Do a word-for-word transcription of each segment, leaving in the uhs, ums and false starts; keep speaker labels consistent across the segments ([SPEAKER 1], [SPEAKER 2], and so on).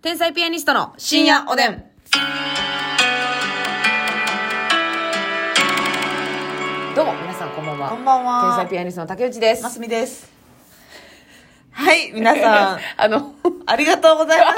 [SPEAKER 1] 天才ピアニストの深夜おでん。どうも皆さんこんばんは。
[SPEAKER 2] こんばんは。
[SPEAKER 1] 天才ピアニストの竹内です。
[SPEAKER 2] ますみです。はい、皆さん
[SPEAKER 1] あの
[SPEAKER 2] ありがとうございました。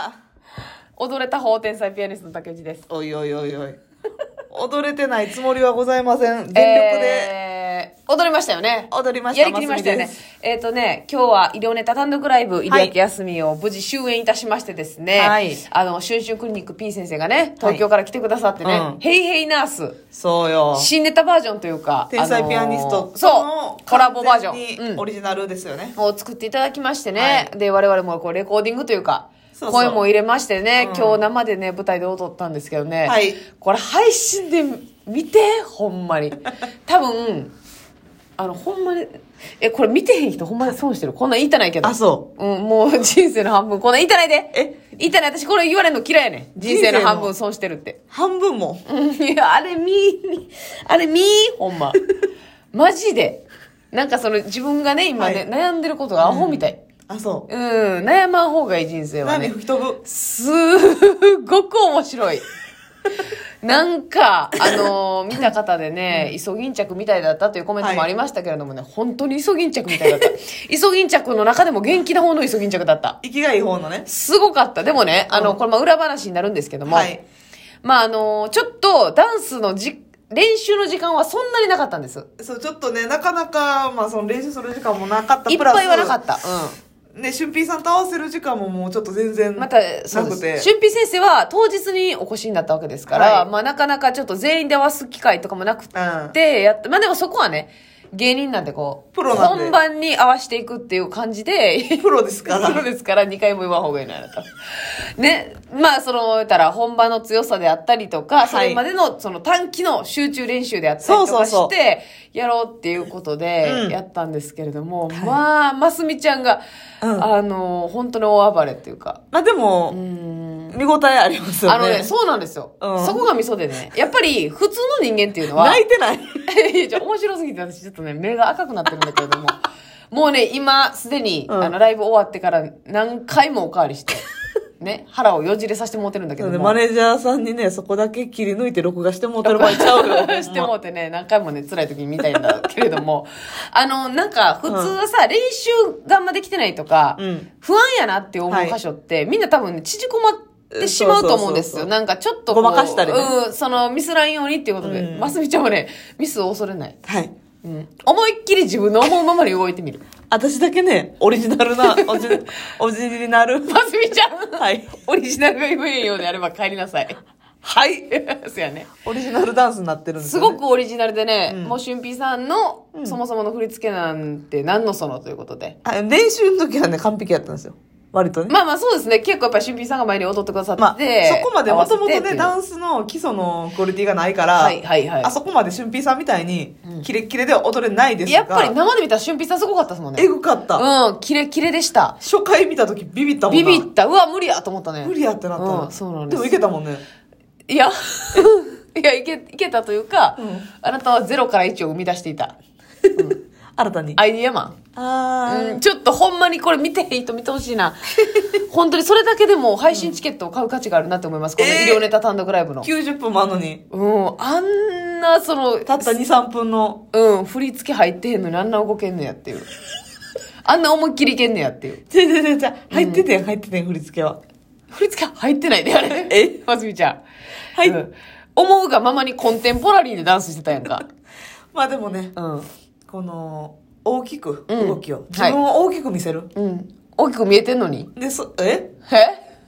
[SPEAKER 1] 踊れた方天才ピアニストの竹内です。
[SPEAKER 2] おいおいおいおい。踊れてないつもりはございません。全力で、
[SPEAKER 1] えー、踊りましたよね。
[SPEAKER 2] 踊りました。
[SPEAKER 1] やりきりましたよね。えっ、ー、とね、今日は医療ネタ単独ライブ、入明休みを無事終演いたしましてですね、はい、あの、シュンシュンクリニック P 先生がね、東京から来てくださってね、はい、うん、ヘイヘイナース。
[SPEAKER 2] そうよ。
[SPEAKER 1] 新ネタバージョンというか、
[SPEAKER 2] 天才ピアニスト、
[SPEAKER 1] あのー、そう、コラボバージョン。
[SPEAKER 2] オリジナルですよね。
[SPEAKER 1] うん、を作っていただきましてね、はい、で、我々もこうレコーディングというか、そうそう声も入れましてね、うん、今日生でね、舞台で踊ったんですけどね、はい、これ配信で見て、ほんまに。多分、あの、ほんまに、え、これ見てへん人ほんまに損してる。こんなん言いたないけど。
[SPEAKER 2] あ、そう。
[SPEAKER 1] うん、もう人生の半分、こんなん言いたないで。え言いたない。私これ言われるの嫌いやねん。人生の半分損してるって。
[SPEAKER 2] 半分も
[SPEAKER 1] いや、あれ見ー、あれ見ー、ほんま。マジで。なんかその自分がね、今ね、はい、悩んでることがアホみたい。うん
[SPEAKER 2] あ、そう。
[SPEAKER 1] うん、悩まん方がいい人生はね。
[SPEAKER 2] 何吹き飛ぶ
[SPEAKER 1] すごく面白い。なんか、あのー、見た方でね、イソギンチャクみたいだったというコメントもありましたけれどもね、はい、本当にイソギンチャクみたいだった。イソギンチャクの中でも元気な方のイソギンチャクだった。
[SPEAKER 2] 息がいい方のね。
[SPEAKER 1] すごかった。でもね、あの、これまあ裏話になるんですけども、はい、まああのー、ちょっとダンスのじ、練習の時間はそんなになかったんです。
[SPEAKER 2] そう、ちょっとね、なかなか、まあその練習する時間もなかった。
[SPEAKER 1] いっぱいはなかった。うん。
[SPEAKER 2] ね、俊平さんと合わせる時間ももうちょっと全然なくて。
[SPEAKER 1] また、そうです。俊平先生は当日にお越しになったわけですから、はい、まあなかなかちょっと全員で合わす機会とかもなくて、やって、まあでもそこはね、芸人なんてこう、プロなんで本番に合わせていくっていう感じで、
[SPEAKER 2] プロですから。
[SPEAKER 1] プロですからにかいも言わん方がいいな、あなた。ね、まあその、言ったら本番の強さであったりとか、はい、それまでのその短期の集中練習であったりとかして、そうそうそうやろうっていうことでやったんですけれども、うん、まあ、ますみちゃんが、うん、あの、本当に大暴れっていうか。
[SPEAKER 2] まあでも、うん見応えありますよね。
[SPEAKER 1] あのね、そうなんですよ。うん、そこがミソでね。やっぱり、普通の人間っていうのは。
[SPEAKER 2] 泣いてない
[SPEAKER 1] いや、面白すぎて私ちょっとね、目が赤くなってるんだけれども。もうね、今、すでに、うん、あの、ライブ終わってから何回もおかわりして。ね、腹をよじれさせてもうてるんだけども。
[SPEAKER 2] マネージャーさんにね、そこだけ切り抜いて録画してもうてる場合ちゃうよ。
[SPEAKER 1] してもうてね、何回もね、辛い時に見たいんだけれども。あの、なんか、普通はさ、うん、練習があんまできてないとか、うん、不安やなって思う箇所って、はい、みんな多分ね、縮こまってしまうと思うんですよ。そうそうそうそうなんかちょっとこう。
[SPEAKER 2] ごまかしたりね。
[SPEAKER 1] うん、その、ミスらんようにっていうことで、うん、ますみちゃんはね、ミスを恐れない。
[SPEAKER 2] はい。
[SPEAKER 1] うん。思いっきり自分の思うままに動いてみる。
[SPEAKER 2] 私だけね、オリジナルな、オジ、オジになる。
[SPEAKER 1] ますみちゃん
[SPEAKER 2] はい。
[SPEAKER 1] オリジナルが言えんようであれば帰りなさい。
[SPEAKER 2] はい。
[SPEAKER 1] そうやね。
[SPEAKER 2] オリジナルダンスになってるんですよね。
[SPEAKER 1] すごくオリジナルでね、うん、もう俊平さんの、うん、そもそもの振り付けなんて何のそのということで。
[SPEAKER 2] あ、練習の時はね、完璧やったんですよ。割とね。
[SPEAKER 1] まあまあそうですね。結構やっぱり俊平さんが前に踊ってくださって、まあ、
[SPEAKER 2] そこまでもともとね、ダンスの基礎のクオリティがないから、はいはいはい。あそこまで俊平さんみたいに、キレッキレでは踊れないですが、
[SPEAKER 1] やっぱり生で見たら俊平さんすごかったですもんね。
[SPEAKER 2] エグかった。
[SPEAKER 1] うん、キレッキレでした。
[SPEAKER 2] 初回見た時ビビったもんな。
[SPEAKER 1] ビビった。うわ、無理やと思ったね。
[SPEAKER 2] 無理やってなった。
[SPEAKER 1] うん、そうなんです。
[SPEAKER 2] でもいけたもんね。
[SPEAKER 1] いや、いや、いけ、いけたというか、うん、あなたはゼロからいちを生み出していた。
[SPEAKER 2] うん新たに。
[SPEAKER 1] アイディアマン。
[SPEAKER 2] あ
[SPEAKER 1] うん。ちょっとほんまにこれ見てへん人見てほしいな。本当にそれだけでも配信チケットを買う価値があるなって思います。この医療ネタ単独ライブの。
[SPEAKER 2] きゅうじゅっぷんもあんのに。
[SPEAKER 1] うん。あんな、その。
[SPEAKER 2] たったに、さんぷんの。
[SPEAKER 1] うん。振り付け入ってへんのにあんな動けんのやっていう。あんな思いっきりいけんのやっていう。
[SPEAKER 2] ちゃちゃちゃちゃ。入っててん、うん、入っててん、振り付けは。
[SPEAKER 1] 振り付け入ってないで、あれ。
[SPEAKER 2] え
[SPEAKER 1] ますみちゃん。はい、うん。思うがままにコンテンポラリーでダンスしてたやんか。
[SPEAKER 2] まあでもね。
[SPEAKER 1] うん。
[SPEAKER 2] この、大きく動きを、うん、自分を大きく見せる、はい、
[SPEAKER 1] うん、大きく見えてんのに
[SPEAKER 2] でそえ
[SPEAKER 1] え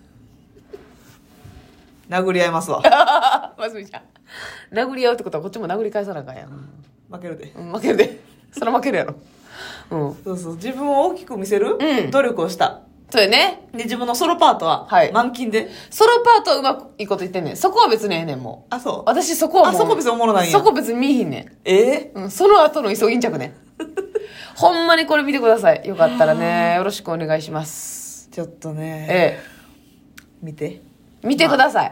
[SPEAKER 2] 殴り合いますわ
[SPEAKER 1] ますみちゃん殴り合うってことはこっちも殴り返さなあかんやん
[SPEAKER 2] 負けるで、
[SPEAKER 1] うん、負けるでそれ負けるやろ、うん、
[SPEAKER 2] そうそう自分を大きく見せる、うん、努力をした
[SPEAKER 1] そうやね
[SPEAKER 2] で自分のソロパートは、はい、満勤で
[SPEAKER 1] ソロパートはうまくいいこと言ってんねんそこは別にええねんもう
[SPEAKER 2] あそう
[SPEAKER 1] 私そこはもう
[SPEAKER 2] あそこ別におもろないんや
[SPEAKER 1] そこ別に見えひんねん
[SPEAKER 2] え
[SPEAKER 1] ー、うん、その後の急ぎんちゃくねほんまにこれ見てください。よかったらね、よろしくお願いします。
[SPEAKER 2] ちょっとね、
[SPEAKER 1] ええ、
[SPEAKER 2] 見て。
[SPEAKER 1] 見てください。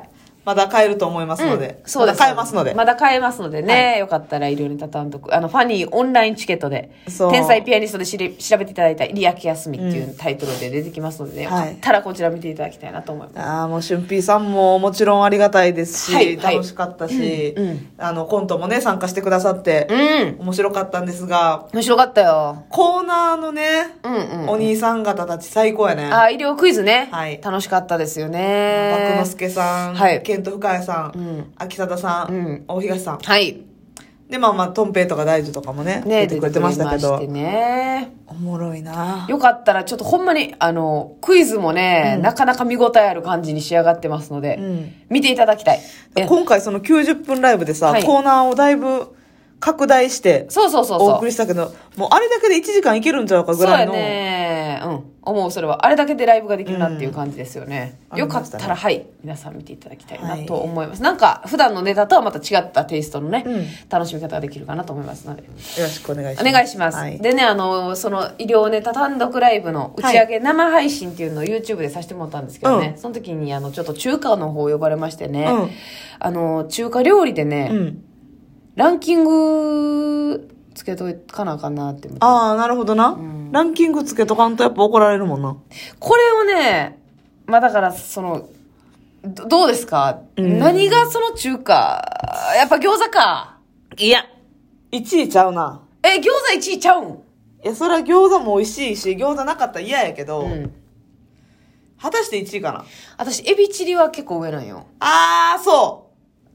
[SPEAKER 2] まだ買えると思いますので。
[SPEAKER 1] うん、そうです。
[SPEAKER 2] まだ買えますので。
[SPEAKER 1] まだ買えますのでね。はい、よかったら医療ネタ単独。あの、ファニーオンラインチケットで、天才ピアニストでしり調べていただいた入明休みっていうタイトルで出てきますのでね。うん、よかったらこちら見ていただきたいなと思います。
[SPEAKER 2] ああ、もう、しゅんぴーさんももちろんありがたいですし、はい、楽しかったし、はい、うん、あの、コントもね、参加してくださって、うん、面白かったんですが、
[SPEAKER 1] 面白かったよ。
[SPEAKER 2] コーナーのね、うんうんうん、お兄さん方たち最高やね。
[SPEAKER 1] ああ、医療クイズね。はい。楽しかったですよね。
[SPEAKER 2] バクノスケさん、はい、ケント深谷さん、うん、秋貞さん、うん、大東さん。はい。で、まあまあ、トンペイとか大樹とかもね、ね出てくれてましたけど。出てね。おもろいな。
[SPEAKER 1] よかったら、ちょっとほんまに、あの、クイズもね、うん、なかなか見応えある感じに仕上がってますので、うん、見ていただきたい。
[SPEAKER 2] 今回そのきゅうじゅっぷんライブでさ、はい、コーナーをだいぶ、拡大して、そうそうそう。お送りしたけど、もうあれだけでいちじかんいけるんちゃうかぐらいの。
[SPEAKER 1] そうやね。うん。思う、それは。あれだけでライブができるなっていう感じですよね。うん、よかったら、ね、はい。皆さん見ていただきたいなと思います。はい、なんか、普段のネタとはまた違ったテイストのね、うん、楽しみ方ができるかなと思いますので。よ
[SPEAKER 2] ろしくお願いします。
[SPEAKER 1] お願いします。はい、でね、あの、その医療ネタ単独ライブの打ち上げ生配信っていうのを YouTube でさせてもらったんですけどね、うん、その時に、あの、ちょっと中華の方呼ばれましてね、うん、あの、中華料理でね、うんランキングつけとかなあかんなって思って。
[SPEAKER 2] ああ、なるほどな、うん。ランキングつけとかんとやっぱ怒られるもんな。
[SPEAKER 1] これをね、まあだからその、ど, どうですか、うん、何がその中華、やっぱ餃子か。
[SPEAKER 2] いや、いちいちゃうな。
[SPEAKER 1] え、餃子いちいちゃうん？い
[SPEAKER 2] や、それは餃子も美味しいし、餃子なかったら嫌やけど、うん、果たしていちいかな。
[SPEAKER 1] 私、エビチリは結構上なんよ。
[SPEAKER 2] あー、そう。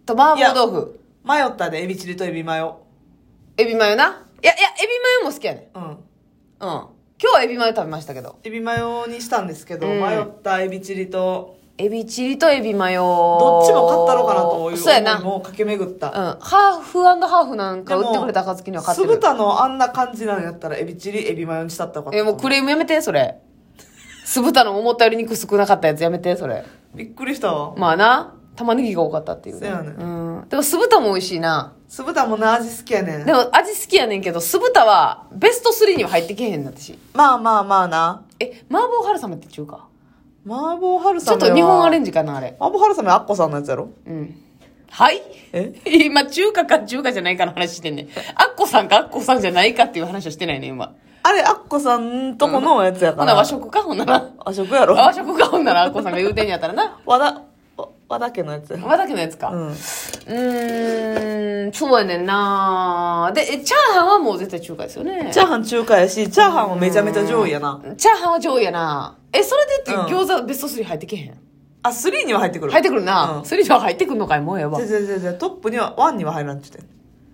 [SPEAKER 1] と、麻婆豆腐。
[SPEAKER 2] 迷ったで、エビチリとエビマヨ。
[SPEAKER 1] エビマヨな。いや、いや、エビマヨも好きやねん。うん。うん。今日はエビマヨ食べましたけど。
[SPEAKER 2] エビマヨにしたんですけど、うん、迷ったエビチリと。
[SPEAKER 1] エビチリとエビマヨ。
[SPEAKER 2] どっちも買ったろうかなという
[SPEAKER 1] そうやな。
[SPEAKER 2] もう駆け巡った。
[SPEAKER 1] うん。ハーフ&ハーフなんか売ってくれた暁には買ってる。
[SPEAKER 2] 酢豚のあんな感じなんやったら、エビチリ、エビマヨにしたったらよかった。
[SPEAKER 1] え、もうクレームやめて、それ。酢豚の思ったより肉少なかったやつやめて、それ。
[SPEAKER 2] びっくりしたわ。
[SPEAKER 1] まあな。玉ねぎが多かったっていうね。
[SPEAKER 2] そうやね。
[SPEAKER 1] うん。でも酢豚も美味しいな。
[SPEAKER 2] 酢豚もな、味好きやねん。
[SPEAKER 1] でも味好きやねんけど、酢豚はベストスリーには入ってけへんなってし。
[SPEAKER 2] まあまあまあな。
[SPEAKER 1] え、麻婆春雨って中華？
[SPEAKER 2] 麻婆春雨は。
[SPEAKER 1] ちょっと日本アレンジかな、あれ。
[SPEAKER 2] 麻婆春雨はアッコさんのやつやろ？
[SPEAKER 1] うん。はいえ今、中華か中華じゃないかの話してんねん。アッコさんかアッコさんじゃないかっていう話をしてないねん、今。
[SPEAKER 2] あれ、アッコさんとこのやつやから。うん、ほな
[SPEAKER 1] 和食か、ほんなら。
[SPEAKER 2] 和食やろ？
[SPEAKER 1] 和食か、ほんならアッコさんが言うてんやったらな。
[SPEAKER 2] 和田。和田家のやつ。
[SPEAKER 1] 和田家のやつか。うん。うーん、そうやねんな。で、チャーハンはもう絶対中華ですよね。
[SPEAKER 2] チャーハン中華やし、チャーハンもめちゃめちゃ上位やな。
[SPEAKER 1] チャーハンは上位やな。え、それでって餃子ベストスリー入ってけへん？
[SPEAKER 2] あ、スリーには入ってくる。
[SPEAKER 1] 入ってくるな。うん、スリーには入ってくるのかい、もうやば。
[SPEAKER 2] じゃじゃじゃじゃトップには、ワンには入らんって言って。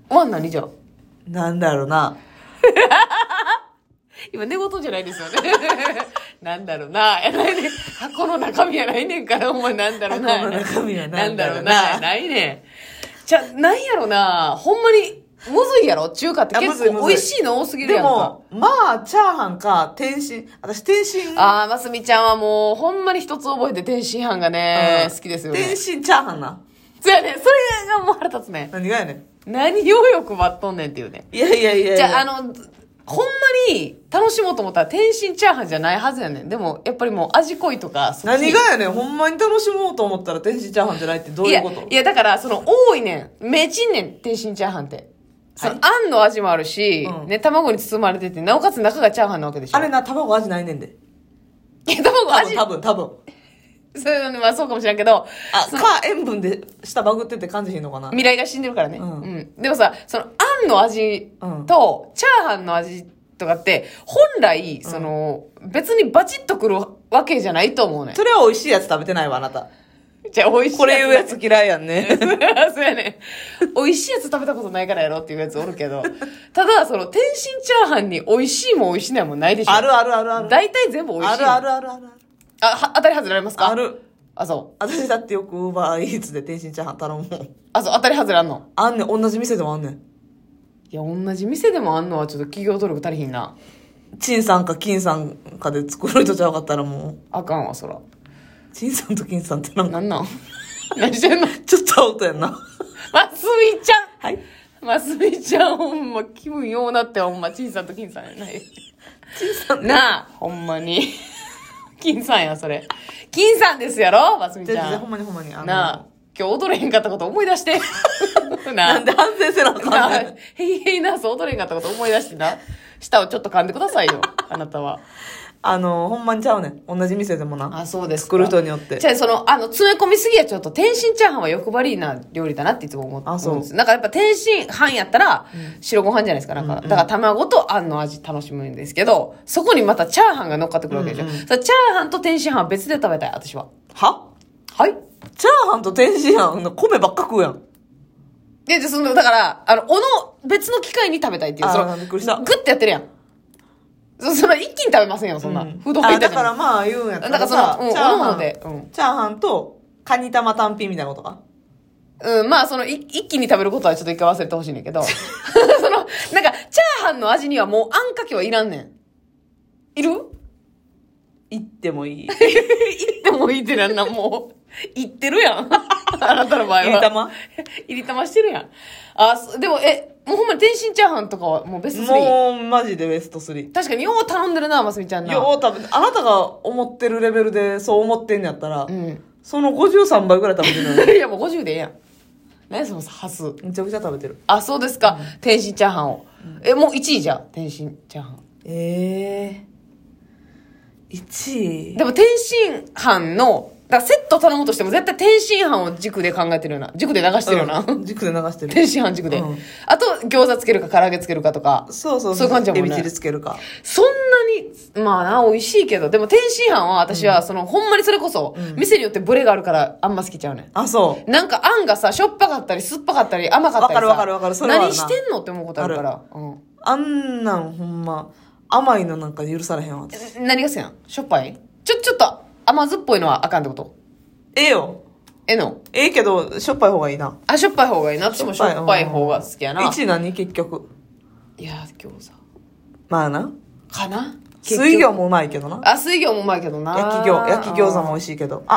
[SPEAKER 1] ワン何じゃ？
[SPEAKER 2] なんだろうな。
[SPEAKER 1] 今寝言じゃないですよね。なんだろうな。やないねん。箱の中身やないねんから、お前なんだろうな。
[SPEAKER 2] 箱の中身は
[SPEAKER 1] なんだろうな。ないねん。じゃ、なんやろな。ほんまに、むずいやろ中華って結構美味しいの多すぎるやんか。
[SPEAKER 2] でも、まあ、チャーハンか、天津。私、天津。
[SPEAKER 1] あー、ますみちゃんはもう、ほんまに一つ覚えて天津飯がね、うん、好きですよね。
[SPEAKER 2] 天津チャーハンな。
[SPEAKER 1] そうやね。それがもう腹立つね。
[SPEAKER 2] 何がやねん。
[SPEAKER 1] 何をよくばっとんねんっていうね。
[SPEAKER 2] いやいやいやいや。
[SPEAKER 1] じゃあ、あの、ほんまに楽しもうと思ったら天津チャーハンじゃないはずやねん。でも、やっぱりもう味濃いとか。
[SPEAKER 2] 何がやねん。ほんまに楽しもうと思ったら天津チャーハンじゃないってどういうこと？
[SPEAKER 1] いや、いやだからその多いねん。めちんねん、天津チャーハンって。その、はい、あんの味もあるし、うん、ね、卵に包まれてて、なおかつ中がチャーハンなわけでしょ。
[SPEAKER 2] あれな、卵味ないねんで。
[SPEAKER 1] いや、卵味。
[SPEAKER 2] 多分、多分、多分。
[SPEAKER 1] そういうのはそうかもしれんけど。
[SPEAKER 2] あ、か、塩分で下バグってて感じひんのかな。
[SPEAKER 1] 未来が死んでるからね。うん。うん、でもさ、その、あんの味と、チャーハンの味とかって、本来、その、うん、別にバチッとくるわけじゃないと思うね。
[SPEAKER 2] それは美味しいやつ食べてないわ、あなた。
[SPEAKER 1] じゃあ、美味しいやつ。
[SPEAKER 2] これ言うやつ嫌いやんね。
[SPEAKER 1] そうやね。美味しいやつ食べたことないからやろっていうやつおるけど。ただ、その、天津チャーハンに美味しいも美味しいないもんないでしょ。
[SPEAKER 2] あるあるあるある。
[SPEAKER 1] 大体全部美味しい。
[SPEAKER 2] あるあるあるある。
[SPEAKER 1] あ、は、当たり外れありますか？
[SPEAKER 2] ある。
[SPEAKER 1] あ、そう。
[SPEAKER 2] 私だってよくウーバーイーツで天津チャーハン頼むもん。
[SPEAKER 1] あ、そう、当たり外れあんの？
[SPEAKER 2] あんねん、同じ店でもあんねん。
[SPEAKER 1] いや、同じ店でもあんのはちょっと企業努力足りひんな。
[SPEAKER 2] 陳さんか金さんかで作る人ちゃうかったらもう。
[SPEAKER 1] あかんわ、そら。
[SPEAKER 2] 陳さんと金さんってなん
[SPEAKER 1] なんなん何してんの？
[SPEAKER 2] ちょっとアウトやんな。
[SPEAKER 1] ますみちゃん。
[SPEAKER 2] はい。
[SPEAKER 1] ますみちゃん、ほんま、気分ようなってほんま、陳さんと金さんやない。陳さんなあ、ほんまに。金さんや、それ。金さんですやろますみちゃん。
[SPEAKER 2] ほんまにほんまに。あの
[SPEAKER 1] なあ。 今日踊れへんかったこと思い出して。
[SPEAKER 2] な, なんで反省せなあかんねん。
[SPEAKER 1] ヘイヘイナース踊れへんかったこと思い出してな。舌をちょっと噛んでくださいよ、あなたは。
[SPEAKER 2] あの、ほんまにちゃうねん。同じ店でもな。
[SPEAKER 1] あ、そうですか。
[SPEAKER 2] 作る人によって。
[SPEAKER 1] じゃあ、その、あの、詰め込みすぎやちょっと、天津チャーハンは欲張りな料理だなっていつも思って
[SPEAKER 2] あ、そう。
[SPEAKER 1] なんかやっぱ天津飯やったら、白ご飯じゃないですか。なんか、うんうん、だから卵とあんの味楽しむんですけど、そこにまたチャーハンが乗っかってくるわけでしょ。うんうん、チャーハンと天津飯は別で食べたい、私は。
[SPEAKER 2] は
[SPEAKER 1] はい
[SPEAKER 2] チャーハンと天津飯の米ばっか食うやん。
[SPEAKER 1] いや、じゃその、だから、あの、おの、別の機会に食べたいっていう、その、
[SPEAKER 2] びっくりした。
[SPEAKER 1] グッてやってるやん。そ、その一気に食べませんよ、そんな。うん、
[SPEAKER 2] フードファイター。だからまあ言うんやったらさ、
[SPEAKER 1] だからその、うん、
[SPEAKER 2] チャーハン
[SPEAKER 1] で、うん、
[SPEAKER 2] チャーハンと、カニ玉単品みたいなことか
[SPEAKER 1] うん、まあその、い一気に食べることはちょっと一回忘れてほしいねんけど、その、なんか、チャーハンの味にはもうあんかけはいらんねん。いる
[SPEAKER 2] いってもいい。
[SPEAKER 1] いってもいいってなんなん、もう。いってるやん。あなたの場合は。
[SPEAKER 2] 入り玉
[SPEAKER 1] 入り玉してるやん。あ、でも、え、もうほんまに天津チャーハンとかはもうベストスリー。
[SPEAKER 2] もう、マジでベストスリー。
[SPEAKER 1] 確かによう頼んでるな、ますみちゃんな。
[SPEAKER 2] よう食べ、あなたが思ってるレベルでそう思ってんやったら、うん、そのごじゅうさんばいぐらい食べてるのよ。
[SPEAKER 1] いや、もうごじゅうでええやん。何そのハス。
[SPEAKER 2] めちゃくちゃ食べてる。
[SPEAKER 1] あ、そうですか。うん、天津チャーハンを。うん、え、もういちいじゃん、天津チャーハン。
[SPEAKER 2] ええー。いちい。
[SPEAKER 1] でも天津飯の、だからセット頼むとしても絶対天津飯を軸で考えてるよな。軸で流してるよな。
[SPEAKER 2] うん、軸で流してる。
[SPEAKER 1] 天津飯軸で。うん、あと、餃子つけるか唐揚げつけるかとか。
[SPEAKER 2] そうそうそう。
[SPEAKER 1] そういう感じもんね。
[SPEAKER 2] エビチリつけるか。
[SPEAKER 1] そんなに、まあな、美味しいけど、でも天津飯は私は、その、うん、ほんまにそれこそ、うん、店によってブレがあるからあんま好きちゃうねん。
[SPEAKER 2] あ、そう。
[SPEAKER 1] なんかあんがさ、しょっぱかったり、酸っぱかったり、甘かったりさ。
[SPEAKER 2] わかるわかるわかる。それは
[SPEAKER 1] 何してんのって思うことあるから。
[SPEAKER 2] うん。あんなんほんま、甘いのなんか許されへんわ。
[SPEAKER 1] 何が好きなんしょっぱいちょ、ちょっと甘酸っぽいのはあかんってこと
[SPEAKER 2] ええよ。
[SPEAKER 1] ええの
[SPEAKER 2] ええけど、しょっぱい方がいいな。
[SPEAKER 1] あ、しょっぱい方がいいな。私もしょっぱい方が好きやな。
[SPEAKER 2] いち何結局。
[SPEAKER 1] いや、餃子。
[SPEAKER 2] まあな。
[SPEAKER 1] かな
[SPEAKER 2] 水餃もうまいけどな。
[SPEAKER 1] あ、水餃もうまいけどな。
[SPEAKER 2] 焼き餃、焼き餃子も美味しいけど。あ、